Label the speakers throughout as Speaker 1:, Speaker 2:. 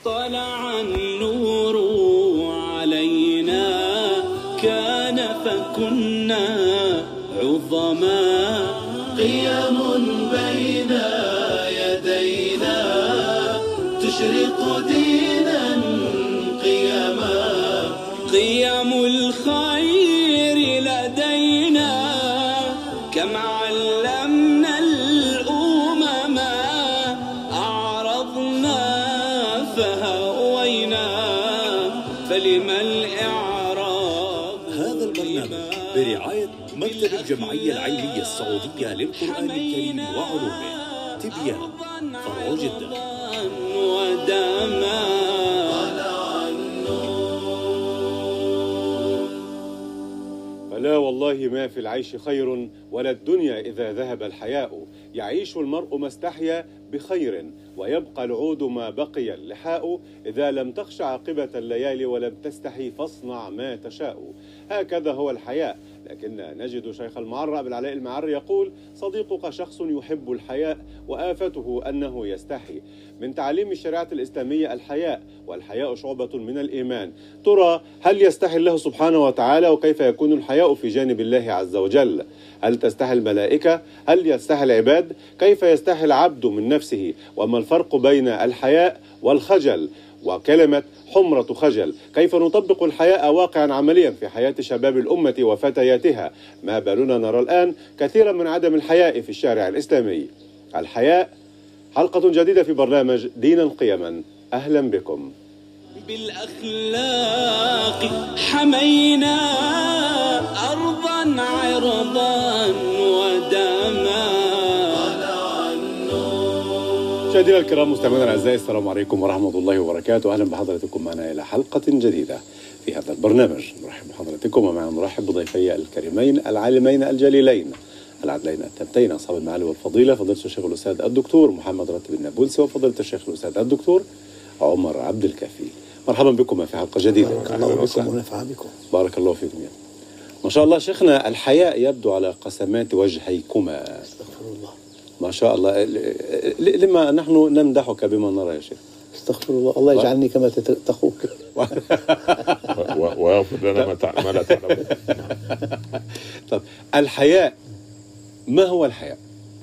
Speaker 1: طلع النور علينا كان فكنا عظما قيم بين يدينا تشرق دينا قيما قيم الخير لدينا كم علمنا الأمم أعرضنا فهوينا فلما الإعراض. هذا البرنامج برعاية مكتب الجمعية العلمية السعودية للقرآن الكريم وعلومه، تبيان، فرع جدة.
Speaker 2: فلا والله ما في العيش خير ولا الدنيا إذا ذهب الحياء. يعيش المرء ما استحيا بخير ويبقى العود ما بقي اللحاء. إذا لم تخش عاقبة الليالي ولم تستحي فاصنع ما تشاء. هكذا هو الحياء. لكن نجد شيخ المعرة أبو العلاء المعري يقول: صديقك شخص يحب الحياء وآفته أنه يستحي. من تعاليم الشريعة الإسلامية الحياء، والحياء شعبة من الإيمان. ترى هل يستحي الله سبحانه وتعالى؟ وكيف يكون الحياء في جانب الله عز وجل؟ هل تستحي الملائكة؟ هل يستحي العباد؟ كيف يستحي العبد من نفسه؟ وما الفرق بين الحياء والخجل؟ وكلمة حمرة خجل، كيف نطبق الحياء واقعا عمليا في حياة شباب الأمة وفتياتها؟ ما بالنا نرى الآن كثيرا من عدم الحياء في الشارع الإسلامي. الحياء، حلقة جديدة في برنامج دينا قيما. أهلا بكم.
Speaker 1: بالأخلاق حمينا أرضا عرضا ودما.
Speaker 2: مشاهدينا الكرام، مستمعينا الاعزاء، السلام عليكم ورحمه الله وبركاته. اهلا بحضراتكم معنا الى حلقه جديده في هذا البرنامج. نرحب بحضراتكم ومعنا نرحب بضيفي الكريمين العالمين الجليلين العدلين التامتين اصحاب المعالي والفضيله، فضيله الشيخ الاستاذ الدكتور محمد راتب النابلسي وفضيله الشيخ الاستاذ الدكتور عمر عبد الكافي. مرحبا بكم في حلقه جديده.
Speaker 3: بارك الله بكم ونفع بكم.
Speaker 2: بارك الله فيكم. ما شاء الله شيخنا، الحياء يبدو على قسمات وجهيكما.
Speaker 3: استغفر الله.
Speaker 2: ما شاء الله. لما نحن نمدحك بما نرى يا شيخ.
Speaker 3: استغفر الله. الله يجعلني كما تخوك.
Speaker 4: ويغفر لنا ما لا تعلمون.
Speaker 2: طب الحياء، ما هو الحياء؟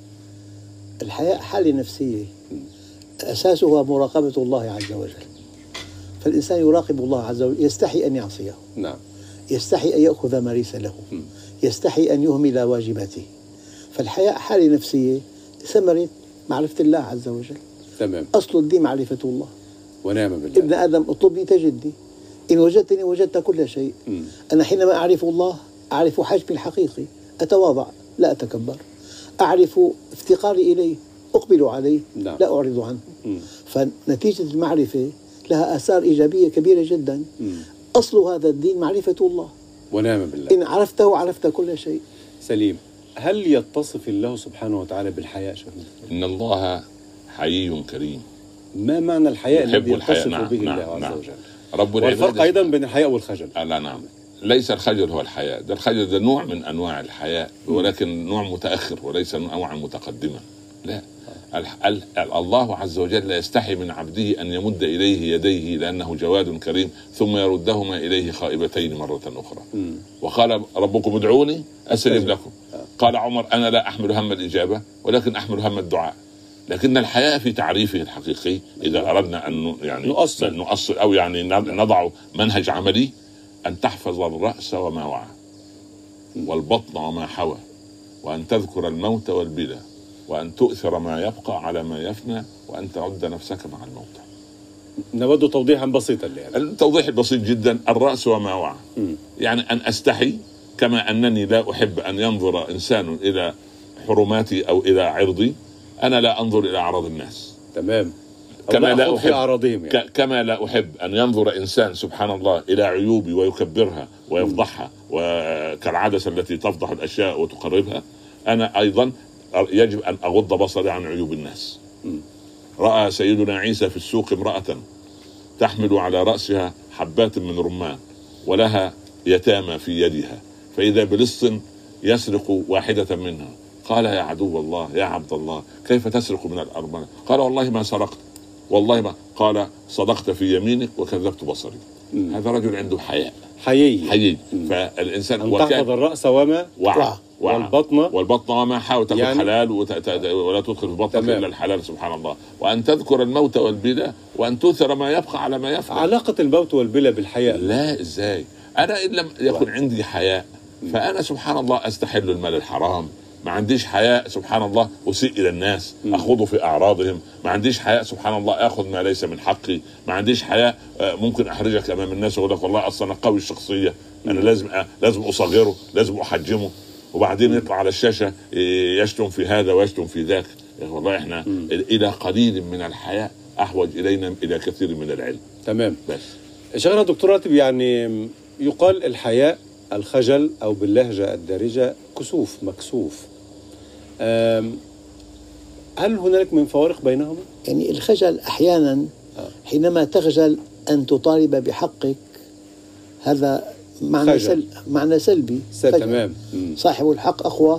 Speaker 3: الحياء حالة نفسية أساسها مراقبة الله عز وجل. فالإنسان يراقب الله عز وجل، يستحي أن يعصيه،
Speaker 2: نعم،
Speaker 3: يستحي أن يأخذ ما ليس له، يستحي أن يهمل واجباته. فالحياء حالة نفسية ثمرة معرفة الله عز وجل.
Speaker 2: تمام.
Speaker 3: أصل الدين معرفة الله.
Speaker 2: ونعم بالله.
Speaker 3: ابن آدم اطلبني تجدني، إن وجدتني وجدت كل شيء. أنا حينما أعرف الله أعرف حجمي الحقيقي، أتواضع لا أتكبر، أعرف افتقاري إليه أقبل عليه،
Speaker 2: نعم،
Speaker 3: لا أعرض عنه. فنتيجة المعرفة لها آثار إيجابية كبيرة جدا. أصل هذا الدين معرفة الله.
Speaker 2: ونعم بالله.
Speaker 3: إن عرفته عرفت كل شيء.
Speaker 2: سليم. هل يتصف الله سبحانه وتعالى بالحياء شيخنا؟
Speaker 4: إن الله حيي كريم.
Speaker 2: ما معنى الحياء الذي يتصف
Speaker 4: نعم
Speaker 2: به
Speaker 4: نعم
Speaker 2: الله عز وجل؟
Speaker 4: رب العباد.
Speaker 2: والفرق أيضا بين الحياء والخجل.
Speaker 4: لا نعم، ليس الخجل هو الحياء، ده الخجل ده نوع من أنواع الحياء، ولكن نوع متأخر وليس نوع متقدمة. لا، الله عز وجل يستحي من عبده أن يمد إليه يديه لأنه جواد كريم ثم يردهما إليه خائبتين مرة أخرى. وقال ربكم ادعوني أستجب لكم. قال عمر: أنا لا أحمل هم الإجابة ولكن أحمل هم الدعاء. لكن الحياء في تعريفه الحقيقي، إذا أردنا أن يعني نؤصل أو يعني نضع منهج عملي، أن تحفظ الرأس وما وعى، والبطن وما حوى، وأن تذكر الموت والبلى، وأن تؤثر ما يبقى على ما يفنى، وأن تعد نفسك مع الموتى.
Speaker 2: نود توضيحا بسيطا لهذا.
Speaker 4: التوضيح بسيط جدا: الرأس وما وعى، يعني أن أستحي كما أنني لا أحب أن ينظر إنسان إلى حرماتي أو إلى عرضي، أنا لا أنظر إلى أعراض الناس.
Speaker 2: تمام.
Speaker 4: كما لا أحب
Speaker 2: أعراضهم يعني.
Speaker 4: كما لا أحب أن ينظر إنسان سبحان الله إلى عيوبي ويكبرها ويفضحها، وكالعدسة التي تفضح الأشياء وتقربها، أنا أيضا يجب أن أغض بصري عن عيوب الناس. رأى سيدنا عيسى في السوق امرأة تحمل على رأسها حبات من رمان ولها يتامى في يدها، فإذا بلص يسرق واحدة منها. قال: يا عدو الله، يا عبد الله، كيف تسرق من الأرملة؟ قال: والله ما سرقت والله ما قال صدقت في يمينك وكذبت بصري. هذا رجل عنده حياء حيي. فالإنسان
Speaker 2: أن تحفظ الرأس وما
Speaker 4: وعى والبطن وما حاول تأخذ
Speaker 2: يعني
Speaker 4: حلال ولا تدخل في بطنك إلا الحلال سبحان الله. وأن تذكر الموت والبلى وأن تؤثر ما يبقى على ما يفعل.
Speaker 2: علاقة الموت والبلى بالحياء؟
Speaker 4: لا إزاي؟ أنا إن لم يكن عندي حياء فأنا سبحان الله أستحل المال الحرام. ما عنديش حياء سبحان الله أسيء إلى الناس، أخوض في أعراضهم. ما عنديش حياء سبحان الله أخذ ما ليس من حقي. ما عنديش حياء ممكن أحرجك أمام الناس وأقول لك والله أصلا قوي الشخصية، أنا لازم أصغره، لازم أحجمه، وبعدين يطلع على الشاشة يشتم في هذا ويشتم في ذاك. والله إحنا إلى قليل من الحياء أحوج إلينا إلى كثير من العلم.
Speaker 2: تمام.
Speaker 4: بس
Speaker 2: شيخنا دكتور راتب، يعني يقال الحياء الخجل أو باللهجة الدارجة كسوف مكسوف. هل هناك من فوارق بينهما؟
Speaker 3: يعني الخجل أحيانا حينما تخجل أن تطالب بحقك هذا معنى سلبي.
Speaker 2: تمام.
Speaker 3: صاحب الحق أقوى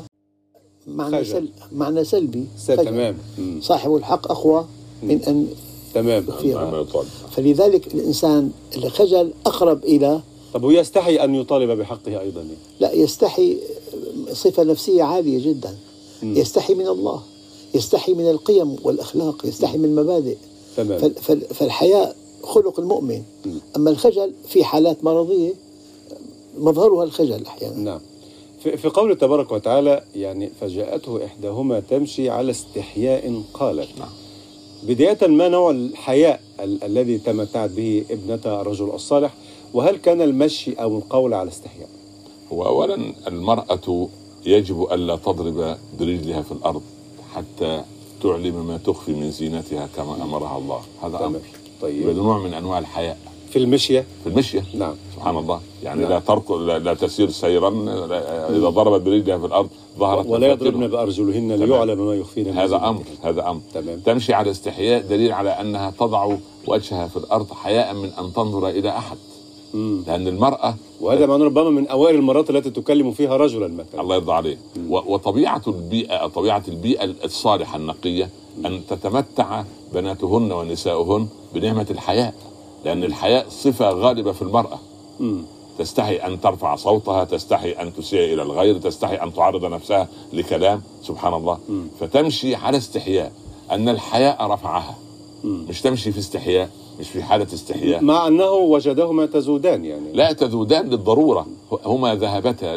Speaker 3: معنى سلبي.
Speaker 2: تمام.
Speaker 3: صاحب الحق أقوى من أن
Speaker 2: تمام.
Speaker 3: فلذلك الإنسان الخجل أقرب إلى.
Speaker 2: طب ويستحي أن يطالب بحقه أيضا؟
Speaker 3: لا، يستحي صفة نفسية عالية جدا. يستحي من الله، يستحي من القيم والأخلاق، يستحي من المبادئ.
Speaker 2: تمام.
Speaker 3: فالحياء خلق المؤمن. أما الخجل في حالات مرضية مظهرها الخجل أحيانا.
Speaker 2: نعم. في قول تبارك وتعالى يعني فجاءته إحداهما تمشي على استحياء قالت.
Speaker 4: نعم.
Speaker 2: بداية ما نوع الحياء الذي تمتعت به ابنة الرجل الصالح، وهل كان المشي أو القول على استحياء؟
Speaker 4: هو أولا المرأة يجب ألا تضرب برجلها في الأرض حتى تعلم ما تخفي من زينتها كما أمرها الله. هذا أمر.
Speaker 2: طيب.
Speaker 4: نوع من أنواع الحياء
Speaker 2: في المشية.
Speaker 4: نعم. سبحان الله. يعني
Speaker 2: نعم.
Speaker 4: لا تسير سيرا إذا ضربت برجلها في الأرض ظهرت.
Speaker 2: ولا يضربن بأرجلهن ليعلم ما يخفين من
Speaker 4: هذا أمر.
Speaker 2: تمام.
Speaker 4: تمشي على استحياء دليل على أنها تضع وجهها في الأرض حياء من أن تنظر إلى أحد. لأن المرأة،
Speaker 2: وهذا معناه ربما من أوائل المرات التي تكلم فيها رجلا مثلا.
Speaker 4: الله يرضى عليه. وطبيعة البيئة الصالحة النقية أن تتمتع بناتهن ونساؤهن بنعمة الحياء، لأن الحياء صفة غالبة في المرأة. تستحي أن ترفع صوتها، تستحي أن تسيء إلى الغير، تستحي أن تعرض نفسها لكلام سبحان الله. فتمشي على استحياء، أن الحياء رفعها، مش تمشي في استحياء، مش في حالة استحياء،
Speaker 2: مع أنه وجدهما تذودان. يعني
Speaker 4: لا تذودان للضرورة، هما ذهبتا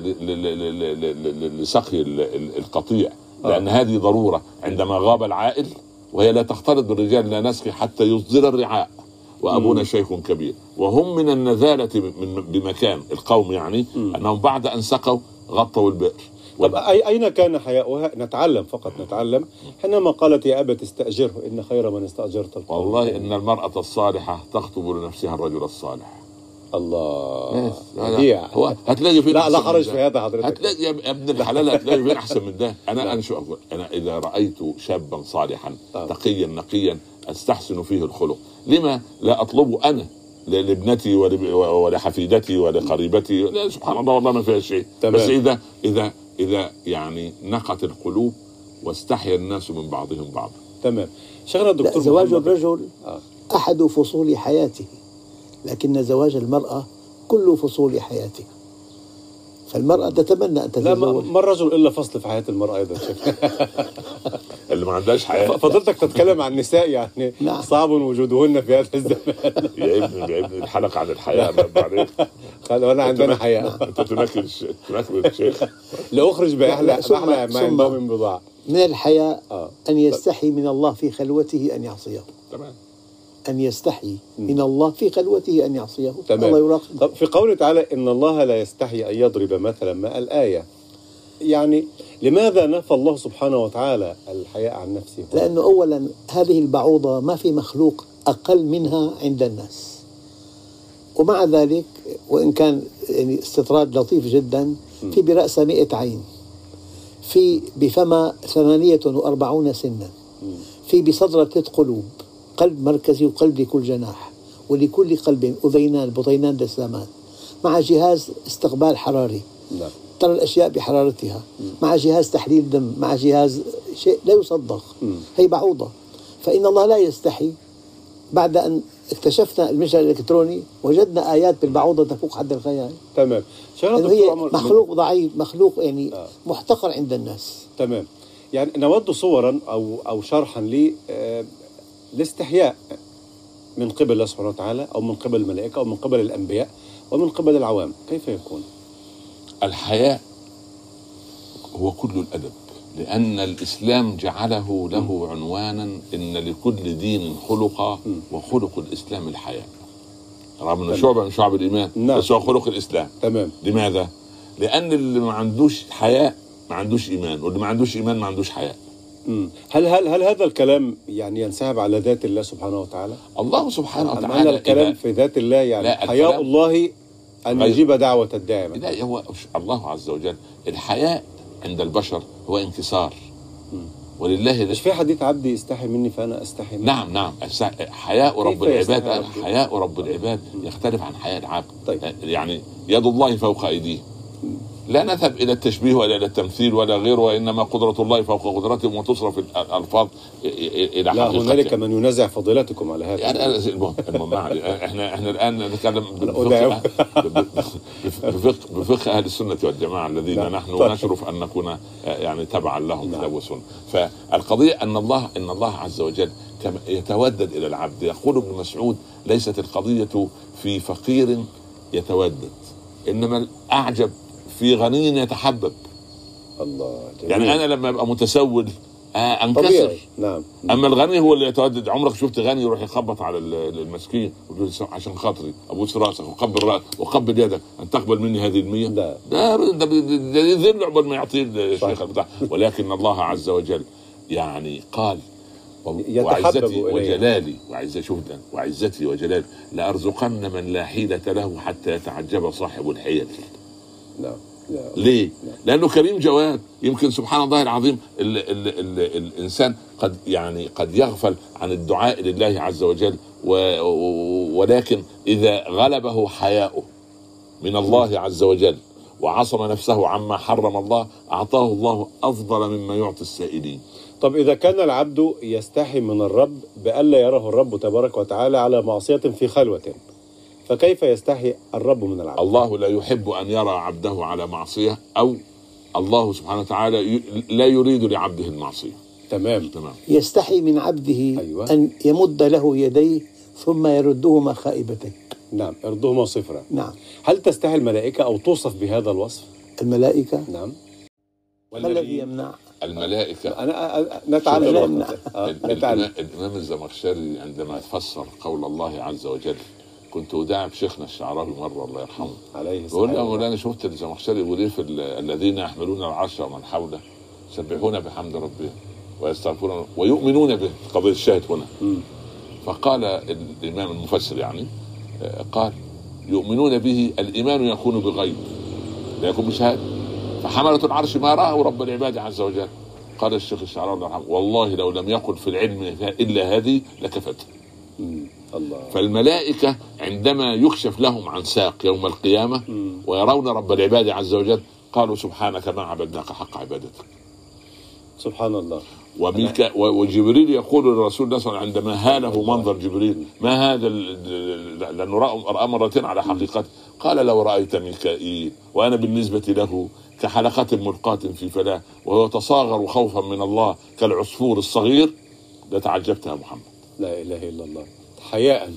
Speaker 4: لسقي القطيع، لأن هذه ضرورة. عندما غاب العائل وهي لا تختلط بالرجال لا نسقي حتى يصدر الرعاء، وأبونا شيخ كبير، وهم من النذالة بمكان القوم، يعني أنهم بعد أن سقوا غطوا البئر.
Speaker 2: طب أين كان حياؤها؟ نتعلم حينما قالت يا أبت استأجره إن خير من استأجرت القوم.
Speaker 4: والله إن المرأة الصالحة تخطب لنفسها الرجل الصالح.
Speaker 2: الله.
Speaker 4: هو هتلاقي فين؟
Speaker 2: لا حرج في هذا حضرتك.
Speaker 4: هتلاقي يا ابن الحلال هتلاقي فين أحسن من ده. أنا إذا رأيت شابا صالحا تقيا نقيا أستحسن فيه الخلق، لما لا أطلبه أنا لابنتي ولحفيدتي ولقريبتي؟ لا سبحان الله والله ما فيها شيء. بس إذا يعني نقت القلوب واستحيا الناس من بعضهم بعضا.
Speaker 2: تمام. شغلنا الدكتور،
Speaker 3: زواج الرجل أحد فصول حياته، لكن زواج المرأة كل فصول حياته. فالمرأة تتمنى أن تتزوج.
Speaker 2: لا، ما الرجل إلا فصل في حياة المرأة أيضا.
Speaker 4: اللي ما عندهاش حياة.
Speaker 2: فضلتك تتكلم عن النساء، يعني نعم. صعب وجودهن في هذا الزمان.
Speaker 4: يا ابني الحلقة عن الحياة بعدين.
Speaker 2: وأنا عندنا حياة.
Speaker 4: أنت تنكر الشيخ.
Speaker 2: لأخرج بأحلى ما عندهم من بضاعة.
Speaker 3: من الحياء أن يستحي من الله في خلوته أن يعصيه.
Speaker 4: تمام.
Speaker 3: أن يستحي من الله في خلوته أن يعصيه.
Speaker 2: تمام.
Speaker 3: الله يراقب.
Speaker 2: طب في قوله تعالى إن الله لا يستحي أن يضرب مثلا ما الآية، يعني لماذا نفى الله سبحانه وتعالى الحياء عن نفسه؟
Speaker 3: لأنه أولا هذه البعوضة ما في مخلوق أقل منها عند الناس، ومع ذلك وإن كان يعني استطراد لطيف جدا، في برأسها 100 عين، في بفمها 48 سنا، في بصدرها 3 قلوب، قلب مركزي وقلب لكل جناح، ولكل قلب أذينان بطينان دسامان، مع جهاز استقبال حراري ترى الأشياء بحرارتها، مع جهاز تحليل دم، مع جهاز شيء لا يصدق. هي بعوضة. فإن الله لا يستحي بعد أن اكتشفنا المجهر الإلكتروني وجدنا آيات بالبعوضة تفوق حد الخيال.
Speaker 2: تمام.
Speaker 3: لأنه هي مخلوق ضعيف، مخلوق يعني محتقر عند الناس.
Speaker 2: تمام. يعني نود صورا أو شرحا لاستحياء من قبل الله سبحانه وتعالى، أو من قبل الملائكة، أو من قبل الأنبياء، ومن قبل العوام، كيف يكون؟
Speaker 4: الحياء هو كل الأدب، لأن الإسلام جعله له عنوانا: إن لكل دين خلقا وخلق الإسلام الحياء. رغم أنه شعبة من شعب الإيمان، بس هو خلق الإسلام.
Speaker 2: تمام.
Speaker 4: لماذا؟ لأن اللي ما عندوش حياء ما عندوش إيمان، واللي ما عندوش إيمان ما عندوش حياء.
Speaker 2: هل هذا الكلام يعني ينسحب على ذات الله سبحانه وتعالى؟
Speaker 4: الله سبحانه وتعالى
Speaker 2: أن الكلام في ذات الله، يعني حياء الله أن يجيب دعوة الداعي.
Speaker 4: لا، هو الله عز وجل الحياء عند البشر هو انكسار. ولله
Speaker 2: مش في حديث: عبدي استحي مني فأنا أستحي مني.
Speaker 4: نعم. حياء رب العباد، حياء رب العباد يختلف عن حياء العبد.
Speaker 2: طيب.
Speaker 4: يعني يد الله فوق أيديه، لا نذهب إلى التشبيه ولا إلى التمثيل ولا غيره، وإنما قدرة الله فوق قدرتهم، وتصرف الألفاظ إلى حقيقتها.
Speaker 2: لا، هنالك من ينازع فضيلتكم على هذا.
Speaker 4: يعني المهم احنا الآن نتكلم بفقه أهل السنة والجماعة الذين نحن نشرف أن نكون يعني تبعا لهم كتاب وسنة. فالقضية أن الله عز وجل يتودد إلى العبد. يقول ابن مسعود: ليست القضية في فقير يتودد، إنما الأعجب في غني يتحبب.
Speaker 2: الله جميل.
Speaker 4: يعني أنا لما أبقى متسول أنكسر.
Speaker 2: نعم.
Speaker 4: أما الغني هو اللي يتودد. عمرك شفت غني يروح يخبط على المسكين ويقول: عشان خاطري أبوس راسك وقبل رأسك وقبل يدك أن تقبل مني هذه 100؟ ده يذل عقبال ما يعطيه الشيخ بتاعه. ولكن الله عز وجل يعني قال: وعزتي وجلالي وعزتي وجلالي لأرزقن من لا حيلة له حتى يتعجب صاحب الحيل. ليه؟ لأنه كريم جواد. يمكن سبحان الله العظيم الإنسان قد يغفل عن الدعاء لله عز وجل، ولكن إذا غلبه حياؤه من الله عز وجل وعصم نفسه عما حرم الله، أعطاه الله أفضل مما يعطي السائلين.
Speaker 2: طب إذا كان العبد يستحي من الرب بألا يراه الرب تبارك وتعالى على معصية في خلوة، فكيف يستحي الرب من العبد؟
Speaker 4: الله لا يحب أن يرى عبده على معصية، أو الله سبحانه وتعالى لا يريد لعبده المعصية.
Speaker 2: تمام.
Speaker 3: يستحي من عبده أن يمد له يديه ثم يردهما خائبتين.
Speaker 2: نعم، يردهما صفرا.
Speaker 3: نعم.
Speaker 2: هل تستحي الملائكة أو توصف بهذا الوصف؟
Speaker 3: الملائكة؟
Speaker 2: نعم.
Speaker 3: ما الذي يمنع؟
Speaker 4: الملائكة
Speaker 2: نتعلم.
Speaker 4: الإمام الزمخشري عندما فسر قول الله عز وجل، كنت أداعب شيخنا الشعراوي مرة الله يرحمه
Speaker 2: عليه السلام،
Speaker 4: بقول له: مولانا شفت الزمخشري يقول إيه في الذين يحملون العرش ومن حوله يسبحون بحمد ربهم ويستغفرون ويؤمنون به. قضية الشاهد هنا. فقال الإمام المفسر يعني قال: يؤمنون به، الإيمان يكون بغيب لا يكون بشهادة. فحملة العرش ما رأوا رب العباد عز وجل. قال الشيخ الشعراوي الله يرحمه: والله لو لم يقل في العلم إلا هذه لكفت.
Speaker 2: الله.
Speaker 4: فالملائكة عندما يكشف لهم عن ساق يوم القيامة ويرون رب العباد عز وجل قالوا: سبحانك ما عبدناك حق عبادتك.
Speaker 2: سبحان الله.
Speaker 4: وجبريل يقول للرسول صلى الله عليه وسلم عندما هاله منظر جبريل: ما هذا؟ لأنه رأى مرتين على حقيقته. قال: لو رأيت ميكائيل وأنا بالنسبة له كحلقة ملقاة في فلاة وهو يتصاغر خوفا من الله كالعصفور الصغير لتعجبت يا محمد.
Speaker 2: لا إله إلا الله. حياء.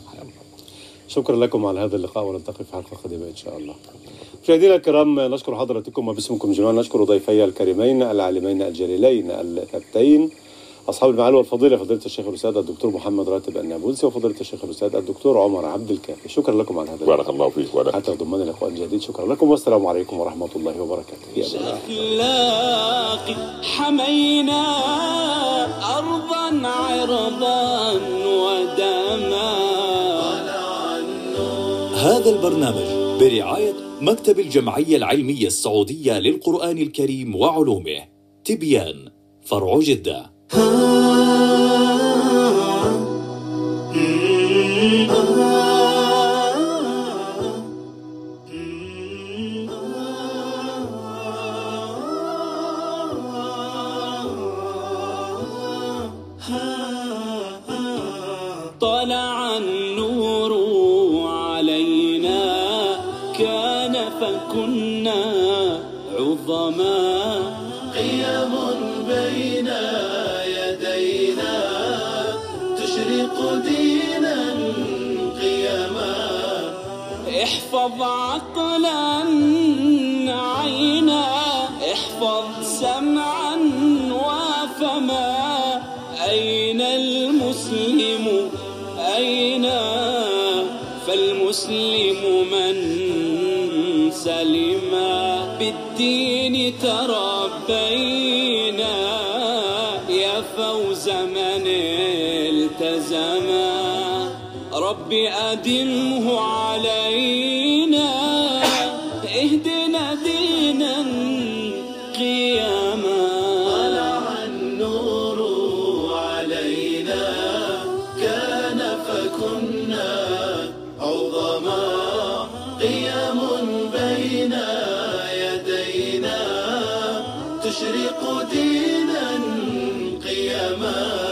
Speaker 2: شكرا لكم على هذا اللقاء، ونلتقي في حلقة قادمة إن شاء الله. مشاهدينا الكرام، نشكر حضراتكم وباسمكم جميعا نشكر ضيفي الكريمين العالمين الجليلين الثبتين أصحاب المعالي والفضيلة، فضيلة الشيخ الأستاذ الدكتور محمد راتب النابلسي وفضيلة الشيخ الأستاذ الدكتور عمر عبد الكافي. شكرا لكم على هذا.
Speaker 4: بارك الله فيك.
Speaker 2: حتى ضمن لقاء جديد. شكرا لكم والسلام عليكم ورحمة الله وبركاته.
Speaker 1: أخلاقي حمينا أرضا عرضا ودما.
Speaker 5: هذا البرنامج برعاية مكتب الجمعية العلمية السعودية للقرآن الكريم وعلومه، تبيان، فرع جدة.
Speaker 1: طال طلع النور علينا كان فكنا عظما
Speaker 6: قيم بين يدينا تشرق دينا قيما
Speaker 1: احفظ عقلا عينا احفظ سمعا وفما أين المسلم أين فالمسلم من سلم بالدين تربينا يا فوز من التزما رب أدمه علينا اهدنا دينا قياما
Speaker 6: طلع النور علينا كان فكنا عظما قيم بين يدينا تشرق دينا قيما